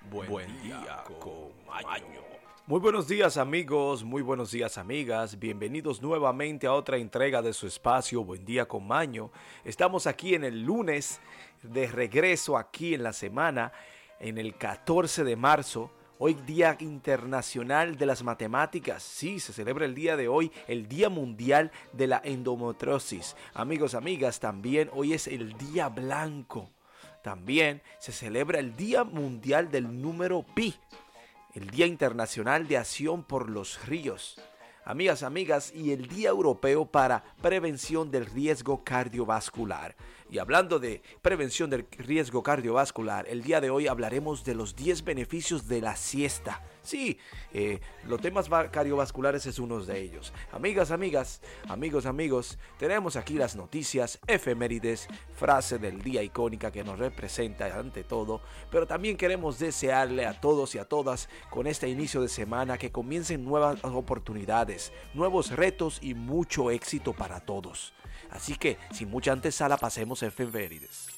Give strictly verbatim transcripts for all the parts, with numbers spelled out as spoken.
Buen, Buen día con Maño. Muy buenos días amigos, muy buenos días amigas, bienvenidos nuevamente a otra entrega de su espacio Buen Día con Maño. Estamos aquí en el lunes, de regreso aquí en la semana, en el catorce de marzo. Hoy Día Internacional de las Matemáticas. Sí, se celebra el día de hoy, el Día Mundial de la Endometriosis. Amigos, amigas, también hoy es el Día Blanco. También se celebra el Día Mundial del Número Pi, el Día Internacional de Acción por los Ríos. Amigas, amigas, y el Día Europeo para Prevención del Riesgo Cardiovascular. Y hablando de prevención del riesgo cardiovascular, el día de hoy hablaremos de los diez beneficios de la siesta. Sí, eh, los temas cardiovasculares es uno de ellos. Amigas, amigas, amigos, amigos, tenemos aquí las noticias, efemérides, frase del día icónica que nos representa ante todo. Pero también queremos desearle a todos y a todas con este inicio de semana que comiencen nuevas oportunidades, nuevos retos y mucho éxito para todos. Así que, sin mucha antesala, pasemos a efemérides.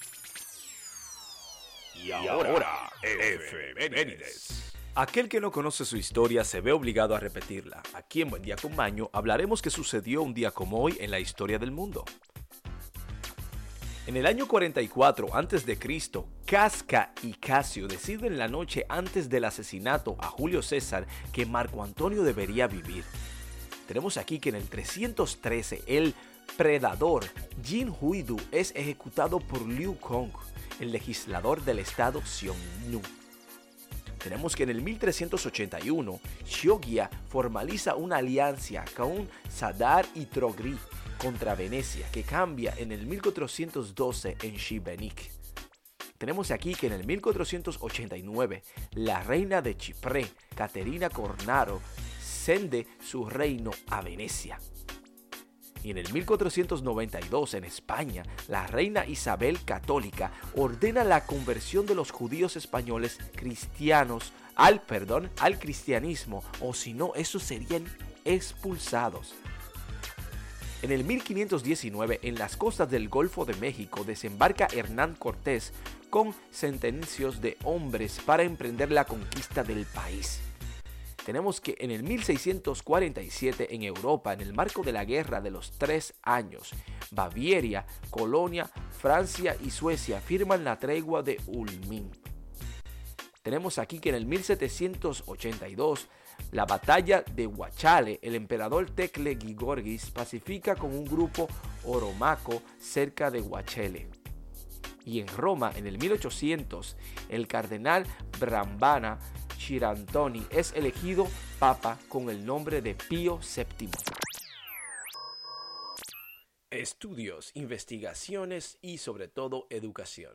Y ahora, efemérides. Aquel que no conoce su historia se ve obligado a repetirla. Aquí en Buen Día con Maño hablaremos que sucedió un día como hoy en la historia del mundo. En el año cuarenta y cuatro antes de Cristo, Casca y Casio deciden la noche antes del asesinato a Julio César que Marco Antonio debería vivir. Tenemos aquí que en el trescientos trece el predador Jin Huidu es ejecutado por Liu Kong, el legislador del estado Xiongnu. Tenemos que en el mil trescientos ochenta y uno, Chioggia formaliza una alianza con Zadar y Trogri contra Venecia, que cambia en el mil cuatrocientos doce en Šibenik. Tenemos aquí que en el mil cuatrocientos ochenta y nueve, la reina de Chipre, Caterina Cornaro, cede su reino a Venecia. Y en el mil cuatrocientos noventa y dos, en España, la reina Isabel Católica ordena la conversión de los judíos españoles cristianos al, perdón, al cristianismo, o si no, esos serían expulsados. En el mil quinientos diecinueve, en las costas del Golfo de México, desembarca Hernán Cortés con sentencios de hombres para emprender la conquista del país. Tenemos que en el mil seiscientos cuarenta y siete en Europa, en el marco de la Guerra de los Tres Años, Baviera, Colonia, Francia y Suecia firman la tregua de Ulm. Tenemos aquí que en el mil setecientos ochenta y dos, la batalla de Huachale, el emperador Tecle Gigorgis pacifica con un grupo oromaco cerca de Huachele. Y en Roma, en el mil ochocientos, el cardenal Brambana Chirantoni es elegido papa con el nombre de Pío séptimo. Estudios, investigaciones y sobre todo educación.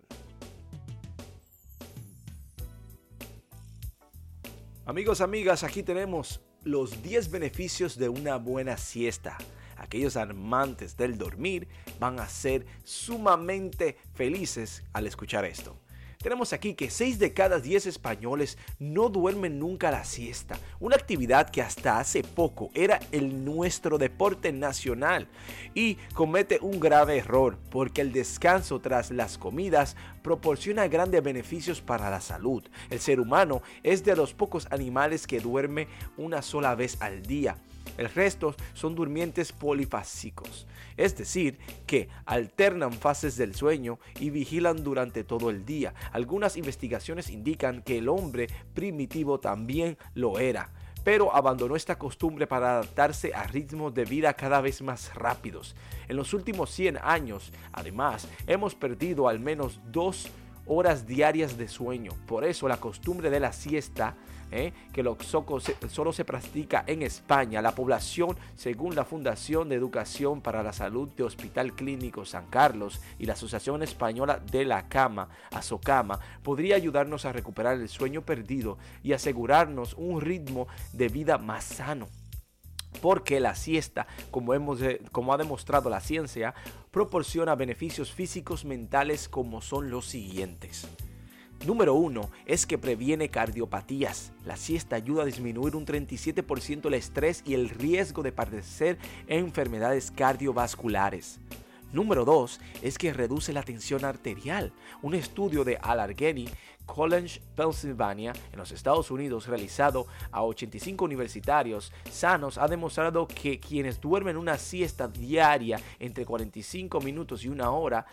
Amigos, amigas, aquí tenemos los diez beneficios de una buena siesta. Aquellos amantes del dormir van a ser sumamente felices al escuchar esto. Tenemos aquí que seis de cada diez españoles no duermen nunca la siesta, una actividad que hasta hace poco era el nuestro deporte nacional y comete un grave error porque el descanso tras las comidas proporciona grandes beneficios para la salud. El ser humano es de los pocos animales que duerme una sola vez al día. El resto son durmientes polifásicos, es decir, que alternan fases del sueño y vigilan durante todo el día. Algunas investigaciones indican que el hombre primitivo también lo era, pero abandonó esta costumbre para adaptarse a ritmos de vida cada vez más rápidos. En los últimos cien años, además, hemos perdido al menos dos horas diarias de sueño. Por eso la costumbre de la siesta, eh, que lo solo se practica en España, la población, según la Fundación de Educación para la Salud de Hospital Clínico San Carlos y la Asociación Española de la Cama, ASOCAMA, podría ayudarnos a recuperar el sueño perdido y asegurarnos un ritmo de vida más sano. Porque la siesta, como, hemos, como ha demostrado la ciencia, proporciona beneficios físicos mentales como son los siguientes. Número uno es que previene cardiopatías. La siesta ayuda a disminuir un treinta y siete por ciento el estrés y el riesgo de padecer enfermedades cardiovasculares. Número dos es que reduce la tensión arterial. Un estudio de Allegheny College, Pennsylvania, en los Estados Unidos, realizado a ochenta y cinco universitarios sanos, ha demostrado que quienes duermen una siesta diaria entre cuarenta y cinco minutos y una hora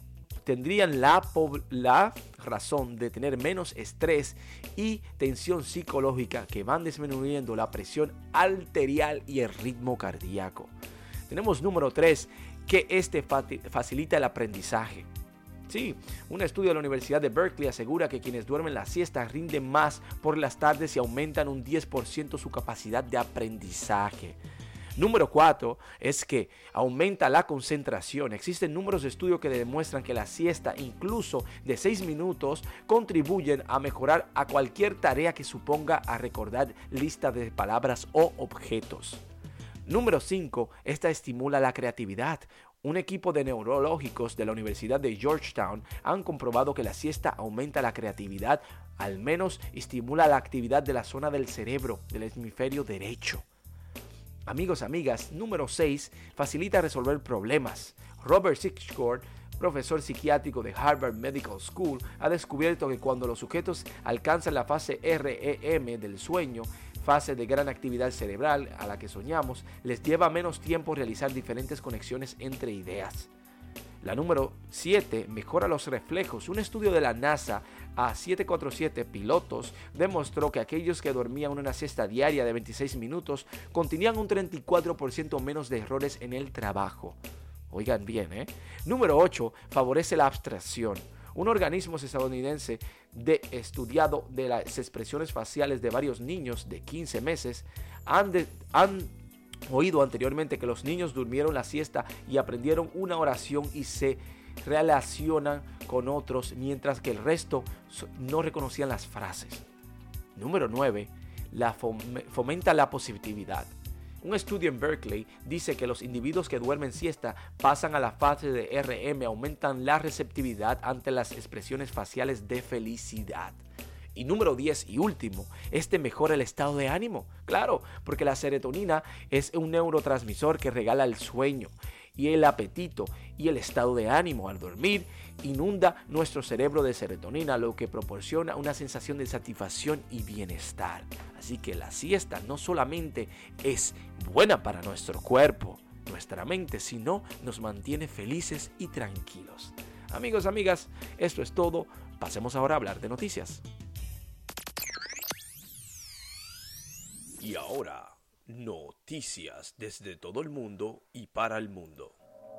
tendrían la, la razón de tener menos estrés y tensión psicológica, que van disminuyendo la presión arterial y el ritmo cardíaco. Tenemos número tres, que este facilita el aprendizaje. Sí, un estudio de la Universidad de Berkeley asegura que quienes duermen la siesta rinden más por las tardes y aumentan un diez por ciento su capacidad de aprendizaje. Número cuatro es que aumenta la concentración. Existen números de estudios que demuestran que la siesta, incluso de seis minutos, contribuyen a mejorar a cualquier tarea que suponga a recordar listas de palabras o objetos. Número cinco, esta estimula la creatividad. Un equipo de neurológicos de la Universidad de Georgetown han comprobado que la siesta aumenta la creatividad, al menos estimula la actividad de la zona del cerebro del hemisferio derecho. Amigos, amigas, número seis, facilita resolver problemas. Robert Sixcourt, profesor psiquiátrico de Harvard Medical School, ha descubierto que cuando los sujetos alcanzan la fase R E M del sueño, fase de gran actividad cerebral a la que soñamos, les lleva menos tiempo realizar diferentes conexiones entre ideas. La número siete, mejora los reflejos. Un estudio de la NASA a setecientos cuarenta y siete pilotos demostró que aquellos que dormían una siesta diaria de veintiséis minutos contenían un treinta y cuatro por ciento menos de errores en el trabajo. Oigan bien, ¿eh? Número ocho, favorece la abstracción. Un organismo estadounidense de estudiado de las expresiones faciales de varios niños de quince meses han, de, han oído anteriormente que los niños durmieron la siesta y aprendieron una oración y se relacionan con otros, mientras que el resto no reconocían las frases. Número nueve, la fomenta la positividad. Un estudio en Berkeley dice que los individuos que duermen siesta pasan a la fase de R M, aumentan la receptividad ante las expresiones faciales de felicidad. Y número diez y último, este mejora el estado de ánimo. Claro, porque la serotonina es un neurotransmisor que regala el sueño y el apetito y el estado de ánimo. Al dormir, inunda nuestro cerebro de serotonina, lo que proporciona una sensación de satisfacción y bienestar. Así que la siesta no solamente es buena para nuestro cuerpo, nuestra mente, sino nos mantiene felices y tranquilos. Amigos, amigas, esto es todo. Pasemos ahora a hablar de noticias. Y ahora, noticias desde todo el mundo y para el mundo.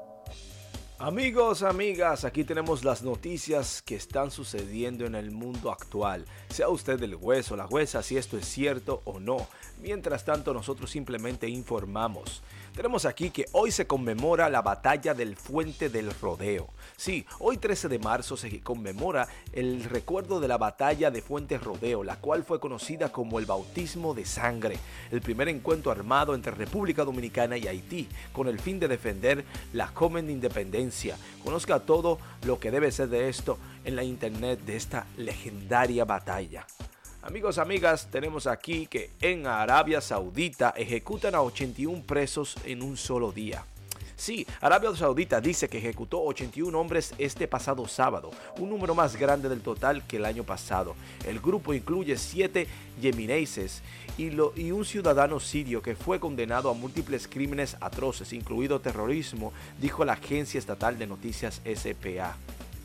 Amigos, amigas, aquí tenemos las noticias que están sucediendo en el mundo actual. Sea usted el hueso o la huesa, si esto es cierto o no. Mientras tanto, nosotros simplemente informamos. Tenemos aquí que hoy se conmemora la batalla del Fuente del Rodeo. Sí, hoy trece de marzo se conmemora el recuerdo de la batalla de Fuente Rodeo, la cual fue conocida como el bautismo de sangre, el primer encuentro armado entre República Dominicana y Haití, con el fin de defender la joven independencia. Conozca todo lo que debe ser de esto en la internet de esta legendaria batalla. Amigos, amigas, tenemos aquí que en Arabia Saudita ejecutan a ochenta y uno presos en un solo día. Sí, Arabia Saudita dice que ejecutó ochenta y uno hombres este pasado sábado, un número más grande del total que el año pasado. El grupo incluye siete yemeníes y, lo, y un ciudadano sirio que fue condenado a múltiples crímenes atroces, incluido terrorismo, dijo la agencia estatal de noticias S P A.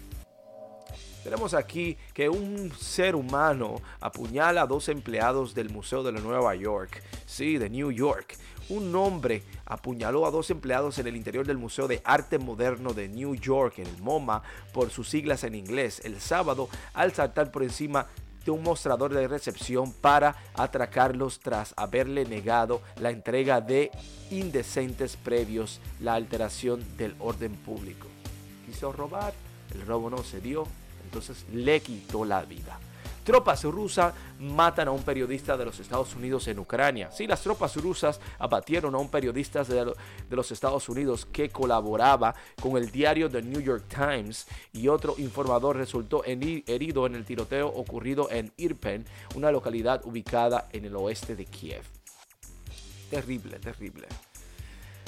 Tenemos aquí que un ser humano apuñala a dos empleados del Museo de Nueva York, sí, de New York. Un hombre apuñaló a dos empleados en el interior del Museo de Arte Moderno de New York, en el MoMA, por sus siglas en inglés, el sábado al saltar por encima de un mostrador de recepción para atracarlos tras haberle negado la entrega de indecentes previos, la alteración del orden público. Quiso robar, el robo no se dio. Entonces le quitó la vida. Tropas rusas matan a un periodista de los Estados Unidos en Ucrania. Sí, las tropas rusas abatieron a un periodista de, de los Estados Unidos que colaboraba con el diario The New York Times, y otro informador resultó herido en el tiroteo ocurrido en Irpin, una localidad ubicada en el oeste de Kiev. Terrible, terrible.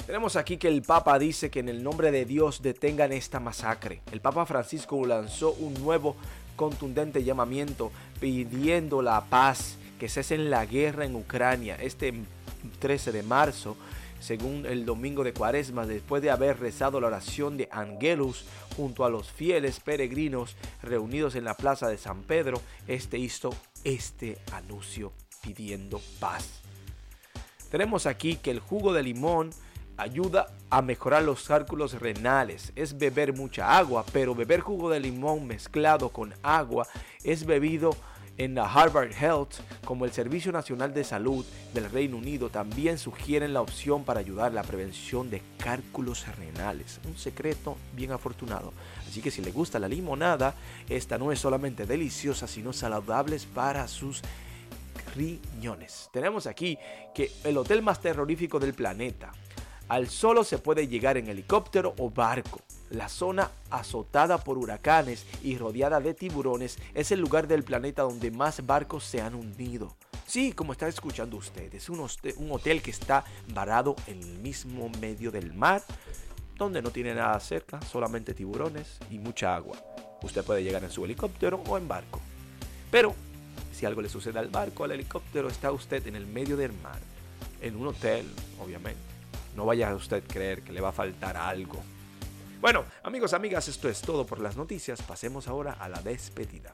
Tenemos aquí que el Papa dice que en el nombre de Dios detengan esta masacre. El Papa Francisco lanzó un nuevo contundente llamamiento pidiendo la paz, que cesen la guerra en Ucrania este trece de marzo, según el domingo de Cuaresma, después de haber rezado la oración de Angelus junto a los fieles peregrinos reunidos en la plaza de San Pedro. Este hizo este anuncio pidiendo paz. Tenemos aquí que el jugo de limón ayuda a mejorar los cálculos renales. Es beber mucha agua, pero beber jugo de limón mezclado con agua es bebido en la Harvard Health, como el Servicio Nacional de Salud del Reino Unido también sugieren la opción para ayudar a la prevención de cálculos renales. Un secreto bien afortunado. Así que si le gusta la limonada, esta no es solamente deliciosa, sino saludable para sus riñones. Tenemos aquí que el hotel más terrorífico del planeta. Al solo se puede llegar en helicóptero o barco. La zona azotada por huracanes y rodeada de tiburones es el lugar del planeta donde más barcos se han hundido. Sí, como está escuchando usted, es un, un hotel que está varado en el mismo medio del mar, donde no tiene nada cerca, solamente tiburones y mucha agua. Usted puede llegar en su helicóptero o en barco. Pero si algo le sucede al barco o al helicóptero, está usted en el medio del mar, en un hotel, obviamente. No vaya a usted a creer que le va a faltar algo. Bueno, amigos, amigas, esto es todo por las noticias. Pasemos ahora a la despedida.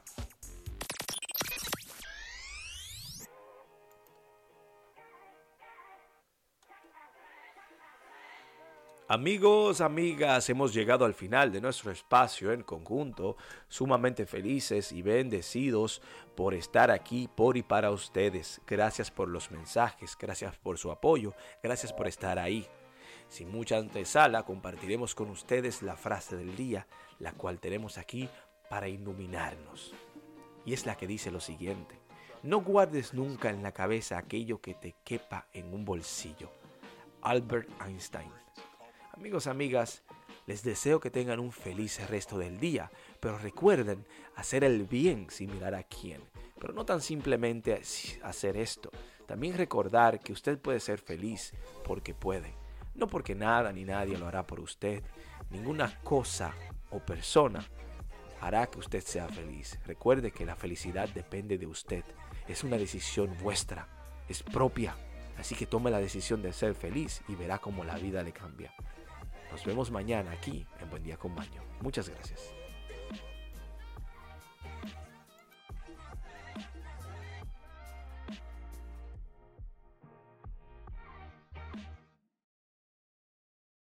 Amigos, amigas, hemos llegado al final de nuestro espacio en conjunto, sumamente felices y bendecidos por estar aquí por y para ustedes. Gracias por los mensajes, gracias por su apoyo, gracias por estar ahí. Sin mucha antesala, compartiremos con ustedes la frase del día, la cual tenemos aquí para iluminarnos. Y es la que dice lo siguiente: no guardes nunca en la cabeza aquello que te quepa en un bolsillo. Albert Einstein. Amigos, amigas, les deseo que tengan un feliz resto del día, pero recuerden hacer el bien sin mirar a quién. Pero no tan simplemente hacer esto, también recordar que usted puede ser feliz porque puede, no porque nada ni nadie lo hará por usted. Ninguna cosa o persona hará que usted sea feliz. Recuerde que la felicidad depende de usted, es una decisión vuestra, es propia, así que tome la decisión de ser feliz y verá cómo la vida le cambia. Nos vemos mañana aquí en Buen Día con Maño. Muchas gracias.